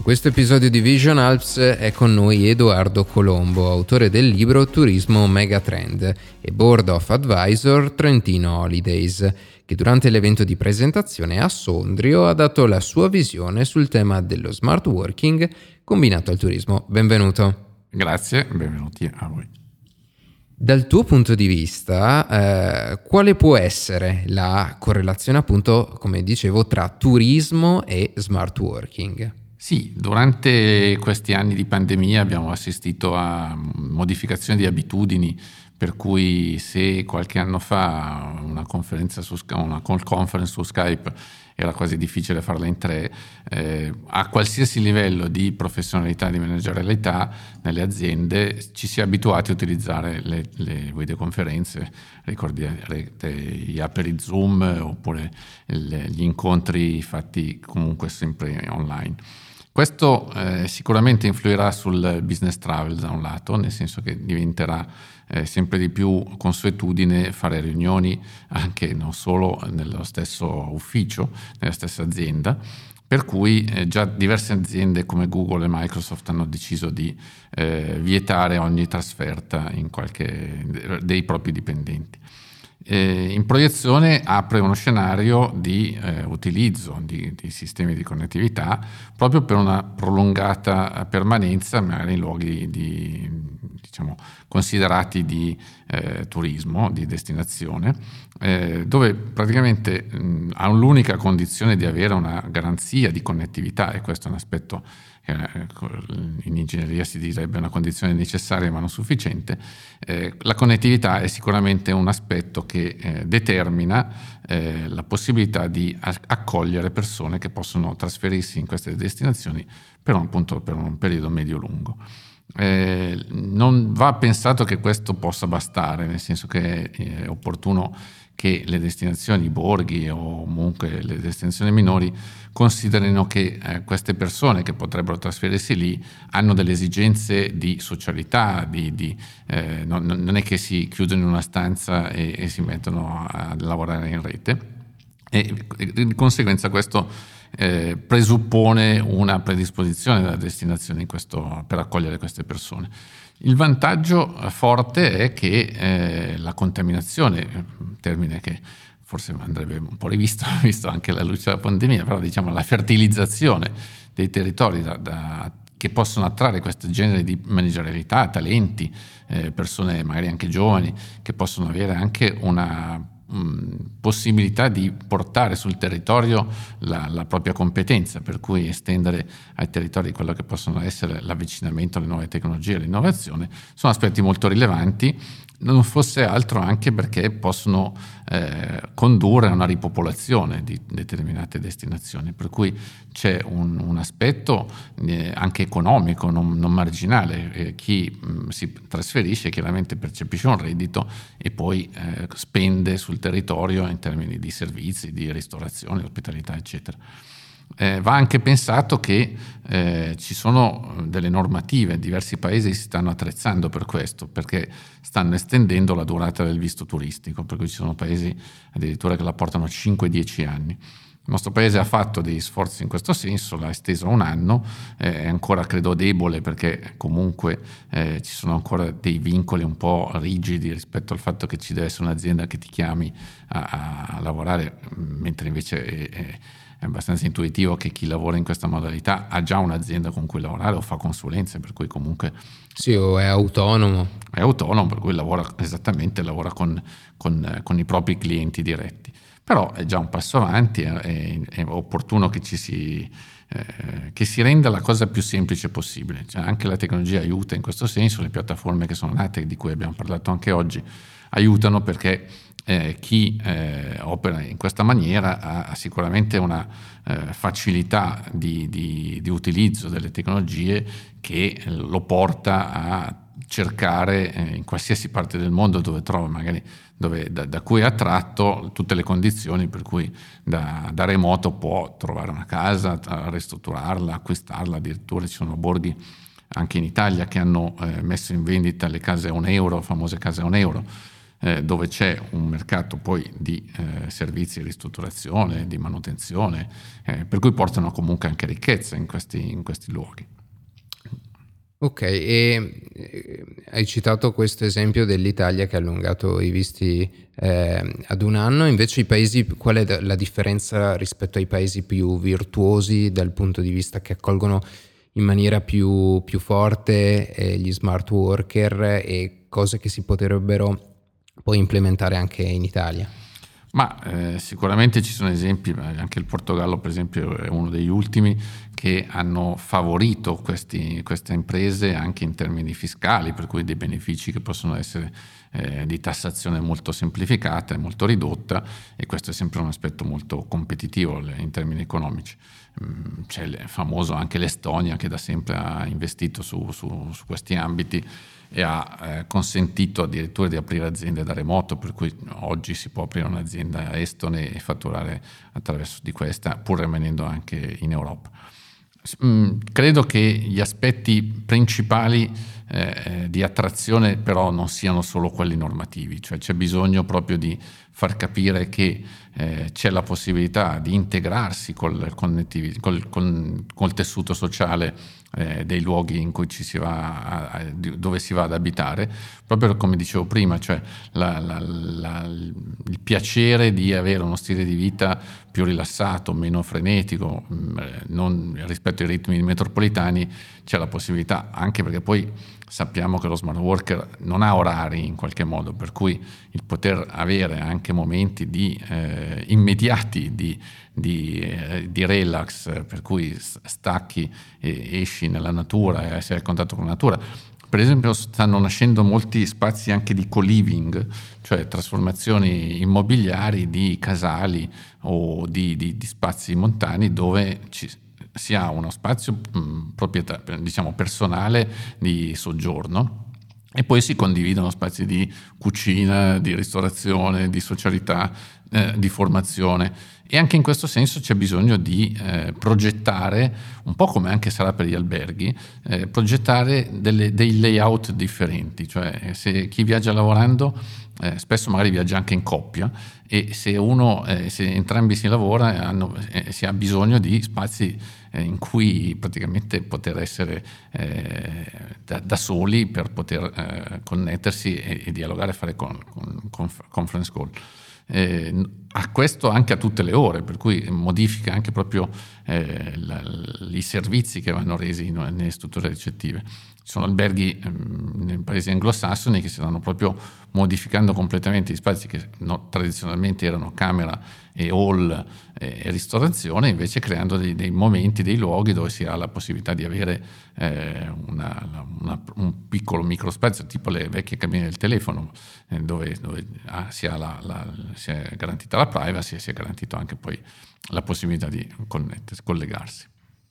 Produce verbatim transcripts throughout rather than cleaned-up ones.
questo episodio di Vision Alps è con noi Edoardo Colombo, autore del libro Turismo Megatrend e Board of Advisor Trentino Holidays, che durante l'evento di presentazione a Sondrio ha dato la sua visione sul tema dello smart working combinato al turismo. Benvenuto. Grazie, benvenuti a voi. Dal tuo punto di vista, eh, quale può essere la correlazione, appunto, come dicevo, tra turismo e smart working? Sì, durante questi anni di pandemia abbiamo assistito a modificazioni di abitudini, per cui se qualche anno fa una conferenza su una call conference su Skype era quasi difficile farla in tre, eh, a qualsiasi livello di professionalità, di managerialità nelle aziende ci si è abituati a utilizzare le, le videoconferenze, ricorderete gli aperi Zoom oppure le, gli incontri fatti comunque sempre online. Questo eh, sicuramente influirà sul business travel da un lato, nel senso che diventerà eh, sempre di più consuetudine fare riunioni anche non solo nello stesso ufficio, nella stessa azienda, per cui eh, già diverse aziende come Google e Microsoft hanno deciso di eh, vietare ogni trasferta in qualche dei propri dipendenti. Eh, in proiezione apre uno scenario di eh, utilizzo di, di sistemi di connettività proprio per una prolungata permanenza magari in luoghi di, diciamo, considerati di eh, turismo, di destinazione, eh, dove praticamente mh, ha l'unica condizione di avere una garanzia di connettività, e questo è un aspetto che in ingegneria si direbbe una condizione necessaria ma non sufficiente. Eh, la connettività è sicuramente un aspetto che eh, determina eh, la possibilità di accogliere persone che possono trasferirsi in queste destinazioni per un, appunto, per un periodo medio-lungo. Eh, non va pensato che questo possa bastare, nel senso che è opportuno che le destinazioni, i borghi o comunque le destinazioni minori considerino che eh, queste persone che potrebbero trasferirsi lì hanno delle esigenze di socialità, di, di, eh, non, non è che si chiudono in una stanza e, e si mettono a lavorare in rete, e, e di conseguenza questo eh, presuppone una predisposizione della destinazione in questo, per accogliere queste persone. Il vantaggio forte è che eh, la contaminazione, termine che forse andrebbe un po' rivisto, visto anche la luce della pandemia, però diciamo la fertilizzazione dei territori da, da, che possono attrarre questo genere di managerialità, talenti, eh, persone magari anche giovani, che possono avere anche una possibilità di portare sul territorio la, la propria competenza, per cui estendere ai territori quello che possono essere l'avvicinamento alle nuove tecnologie e l'innovazione, sono aspetti molto rilevanti, non fosse altro anche perché possono eh, condurre a una ripopolazione di determinate destinazioni, per cui c'è un, un aspetto eh, anche economico non, non marginale. Eh, chi mh, si trasferisce chiaramente percepisce un reddito e poi eh, spende sul territorio in termini di servizi, di ristorazione, ospitalità, eccetera. Eh, va anche pensato che eh, ci sono delle normative, diversi paesi si stanno attrezzando per questo, perché stanno estendendo la durata del visto turistico, per cui ci sono paesi addirittura che la portano cinque dieci anni. Il nostro paese ha fatto dei sforzi in questo senso, l'ha esteso a un anno, eh, è ancora credo debole perché comunque eh, ci sono ancora dei vincoli un po' rigidi rispetto al fatto che ci deve essere un'azienda che ti chiami a, a lavorare, mentre invece è, è È abbastanza intuitivo che chi lavora in questa modalità ha già un'azienda con cui lavorare o fa consulenze, per cui comunque sì, o è autonomo. È autonomo, per cui lavora esattamente, lavora con, con, con i propri clienti diretti. Però è già un passo avanti, è, è opportuno che ci si eh, che si renda la cosa più semplice possibile. Cioè, anche la tecnologia aiuta in questo senso, le piattaforme che sono nate, di cui abbiamo parlato anche oggi, aiutano perché Eh, chi eh, opera in questa maniera ha, ha sicuramente una eh, facilità di, di, di utilizzo delle tecnologie che lo porta a cercare eh, in qualsiasi parte del mondo dove trova magari dove, da, da cui è attratto tutte le condizioni per cui da, da remoto può trovare una casa, ristrutturarla, acquistarla. Addirittura ci sono borghi anche in Italia che hanno eh, messo in vendita le case a un euro, famose case a un euro. eh, dove c'è un mercato poi di eh, servizi di ristrutturazione, di manutenzione, eh, per cui portano comunque anche ricchezza in questi, in questi luoghi. Ok, e eh, hai citato questo esempio dell'Italia che ha allungato i visti eh, ad un anno, invece i paesi, qual è la differenza rispetto ai paesi più virtuosi dal punto di vista che accolgono in maniera più, più forte eh, gli smart worker e cose che si potrebbero poi implementare anche in Italia? Ma eh, sicuramente ci sono esempi, anche il Portogallo per esempio è uno degli ultimi che hanno favorito questi, queste imprese anche in termini fiscali, per cui dei benefici che possono essere eh, di tassazione molto semplificata e molto ridotta, e questo è sempre un aspetto molto competitivo in termini economici. C'è il famoso anche l'Estonia che da sempre ha investito su, su, su questi ambiti e ha eh, consentito addirittura di aprire aziende da remoto, per cui oggi si può aprire un'azienda estone e fatturare attraverso di questa, pur rimanendo anche in Europa. Mm, credo che gli aspetti principali eh, di attrazione però non siano solo quelli normativi, cioè c'è bisogno proprio di far capire che eh, c'è la possibilità di integrarsi col, col, col, col tessuto sociale eh, dei luoghi in cui ci si va a, a, dove si va ad abitare, proprio come dicevo prima, cioè la, la, la, il piacere di avere uno stile di vita più rilassato, meno frenetico, non rispetto ai ritmi metropolitani. C'è la possibilità, anche perché poi sappiamo che lo smart worker non ha orari in qualche modo, per cui il poter avere anche momenti di, eh, immediati di, di, eh, di relax, per cui stacchi e esci nella natura e sei a contatto con la natura. Per esempio stanno nascendo molti spazi anche di co-living, cioè trasformazioni immobiliari di casali o di, di, di spazi montani dove ci, si ha uno spazio mh, proprietà, diciamo personale di soggiorno, e poi si condividono spazi di cucina, di ristorazione, di socialità, eh, di formazione. E anche in questo senso c'è bisogno di eh, progettare, un po' come anche sarà per gli alberghi, eh, progettare delle, dei layout differenti, cioè se chi viaggia lavorando eh, spesso magari viaggia anche in coppia, e se uno, eh, se entrambi si lavora hanno, eh, si ha bisogno di spazi eh, in cui praticamente poter essere eh, da, da soli per poter eh, connettersi e, e dialogare, fare con, con, con conference call. Eh, a questo anche a tutte le ore, per cui modifica anche proprio eh, la, i servizi che vanno resi in, nelle strutture ricettive. Ci sono alberghi ehm, nei paesi anglosassoni che si stanno proprio modificando completamente gli spazi che no, tradizionalmente erano camera e hall e, e ristorazione, invece creando dei, dei momenti, dei luoghi dove si ha la possibilità di avere eh, una, una, un piccolo microspazio, tipo le vecchie cabine del telefono, eh, dove, dove ah, si, ha la, la, si è garantita la privacy e si è garantito anche poi la possibilità di connettersi, collegarsi.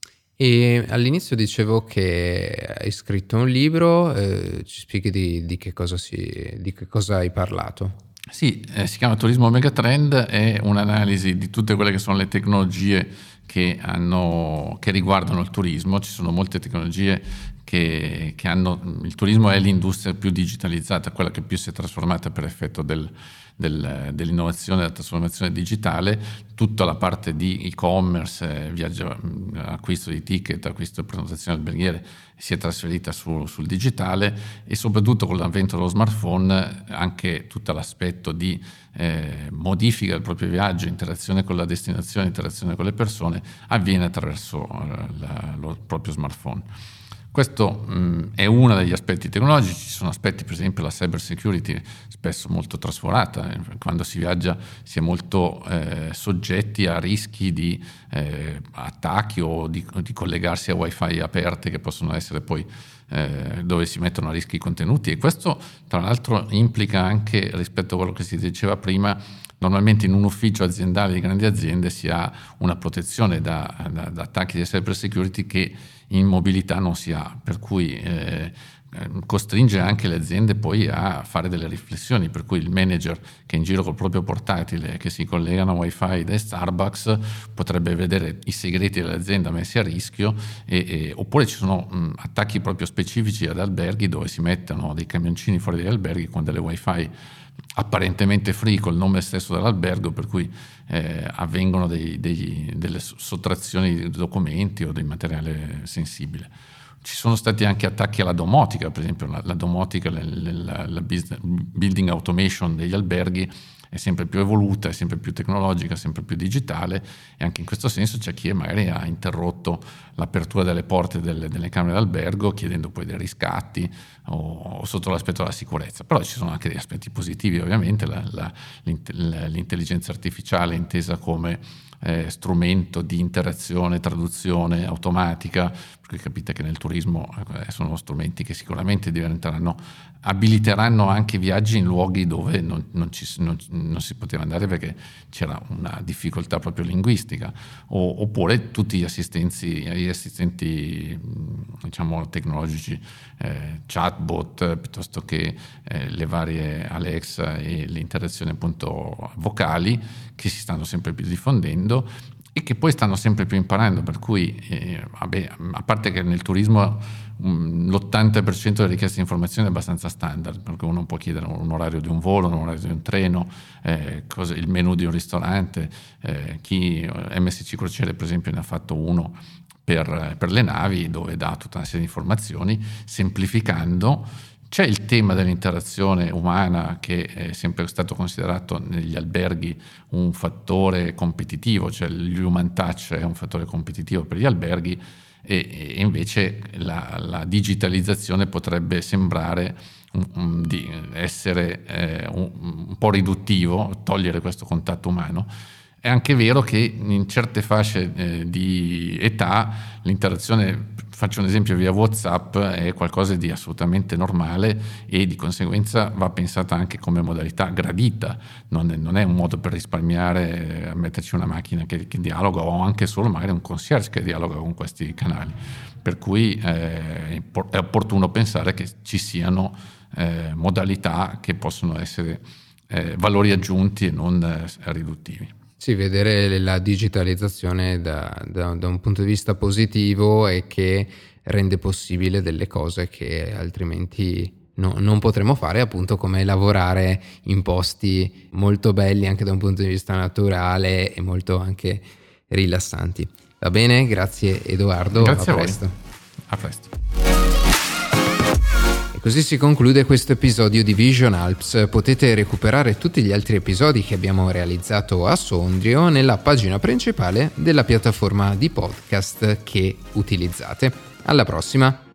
E all'inizio dicevo che hai scritto un libro, eh, ci spieghi di, di, che cosa si, di che cosa hai parlato? Sì, eh, si chiama Turismo Megatrend, è un'analisi di tutte quelle che sono le tecnologie che, hanno, che riguardano il turismo. Ci sono molte tecnologie che, che hanno, il turismo è l'industria più digitalizzata, quella che più si è trasformata per effetto del, del, dell'innovazione e della trasformazione digitale. Tutta la parte di e-commerce, viaggio, acquisto di ticket, acquisto e prenotazione alberghiere si è trasferita su, sul digitale, e soprattutto con l'avvento dello smartphone anche tutto l'aspetto di eh, modifica del proprio viaggio, interazione con la destinazione, interazione con le persone avviene attraverso eh, la, lo proprio smartphone. Questo mh, è uno degli aspetti tecnologici. Ci sono aspetti, per esempio la cyber security, spesso molto trasforata. Quando si viaggia si è molto eh, soggetti a rischi di eh, attacchi o di, di collegarsi a wifi aperte che possono essere poi eh, dove si mettono a rischio i contenuti, e questo tra l'altro implica anche, rispetto a quello che si diceva prima, normalmente in un ufficio aziendale di grandi aziende si ha una protezione da, da, da attacchi di cyber security che in mobilità non si ha, per cui eh, costringe anche le aziende poi a fare delle riflessioni, per cui il manager che è in giro col proprio portatile, che si collegano a wifi da Starbucks, potrebbe vedere i segreti dell'azienda messi a rischio, e, e, oppure ci sono mh, attacchi proprio specifici ad alberghi dove si mettono dei camioncini fuori dagli alberghi con delle wifi apparentemente free col nome stesso dell'albergo, per cui eh, avvengono dei, dei, delle sottrazioni di documenti o di materiale sensibile. Ci sono stati anche attacchi alla domotica, per esempio la, la domotica, la, la, la business, building automation degli alberghi è sempre più evoluta, è sempre più tecnologica, sempre più digitale, e anche in questo senso c'è chi magari ha interrotto l'apertura delle porte delle, delle camere d'albergo chiedendo poi dei riscatti o, o sotto l'aspetto della sicurezza. Però ci sono anche degli aspetti positivi, ovviamente la, la, l'intelligenza artificiale intesa come Eh, strumento di interazione, traduzione automatica, perché capite che nel turismo eh, sono strumenti che sicuramente diventeranno, abiliteranno anche viaggi in luoghi dove non, non, ci, non, non si poteva andare perché c'era una difficoltà proprio linguistica, o, oppure tutti gli assistenti, gli assistenti diciamo tecnologici, eh, chatbot, piuttosto che eh, le varie Alexa e le interazioni appunto vocali, che si stanno sempre più diffondendo e che poi stanno sempre più imparando, per cui eh, vabbè, a parte che nel turismo um, l'ottanta per cento delle richieste di informazioni è abbastanza standard, perché uno può chiedere un orario di un volo, un orario di un treno, eh, cosa, il menù di un ristorante, eh, chi M S C Crociere per esempio ne ha fatto uno per, per le navi, dove dà tutta una serie di informazioni semplificando. C'è il tema dell'interazione umana, che è sempre stato considerato negli alberghi un fattore competitivo, cioè l'human touch è un fattore competitivo per gli alberghi, e, e invece la, la digitalizzazione potrebbe sembrare un, un, di essere eh, un, un po' riduttivo, togliere questo contatto umano. È anche vero che in certe fasce eh, di età l'interazione, faccio un esempio, via WhatsApp è qualcosa di assolutamente normale e di conseguenza va pensata anche come modalità gradita, non è, non è un modo per risparmiare, eh, metterci una macchina che, che dialoga, o anche solo magari un concierge che dialoga con questi canali, per cui eh, è opportuno pensare che ci siano eh, modalità che possono essere eh, valori aggiunti e non eh, riduttivi. Sì, vedere la digitalizzazione da, da, da un punto di vista positivo e che rende possibile delle cose che altrimenti no, non potremo fare, appunto come lavorare in posti molto belli anche da un punto di vista naturale e molto anche rilassanti. Va bene? Grazie Edoardo, Grazie a a presto. Voi. A presto. Così si conclude questo episodio di Vision Alps. Potete recuperare tutti gli altri episodi che abbiamo realizzato a Sondrio nella pagina principale della piattaforma di podcast che utilizzate. Alla prossima!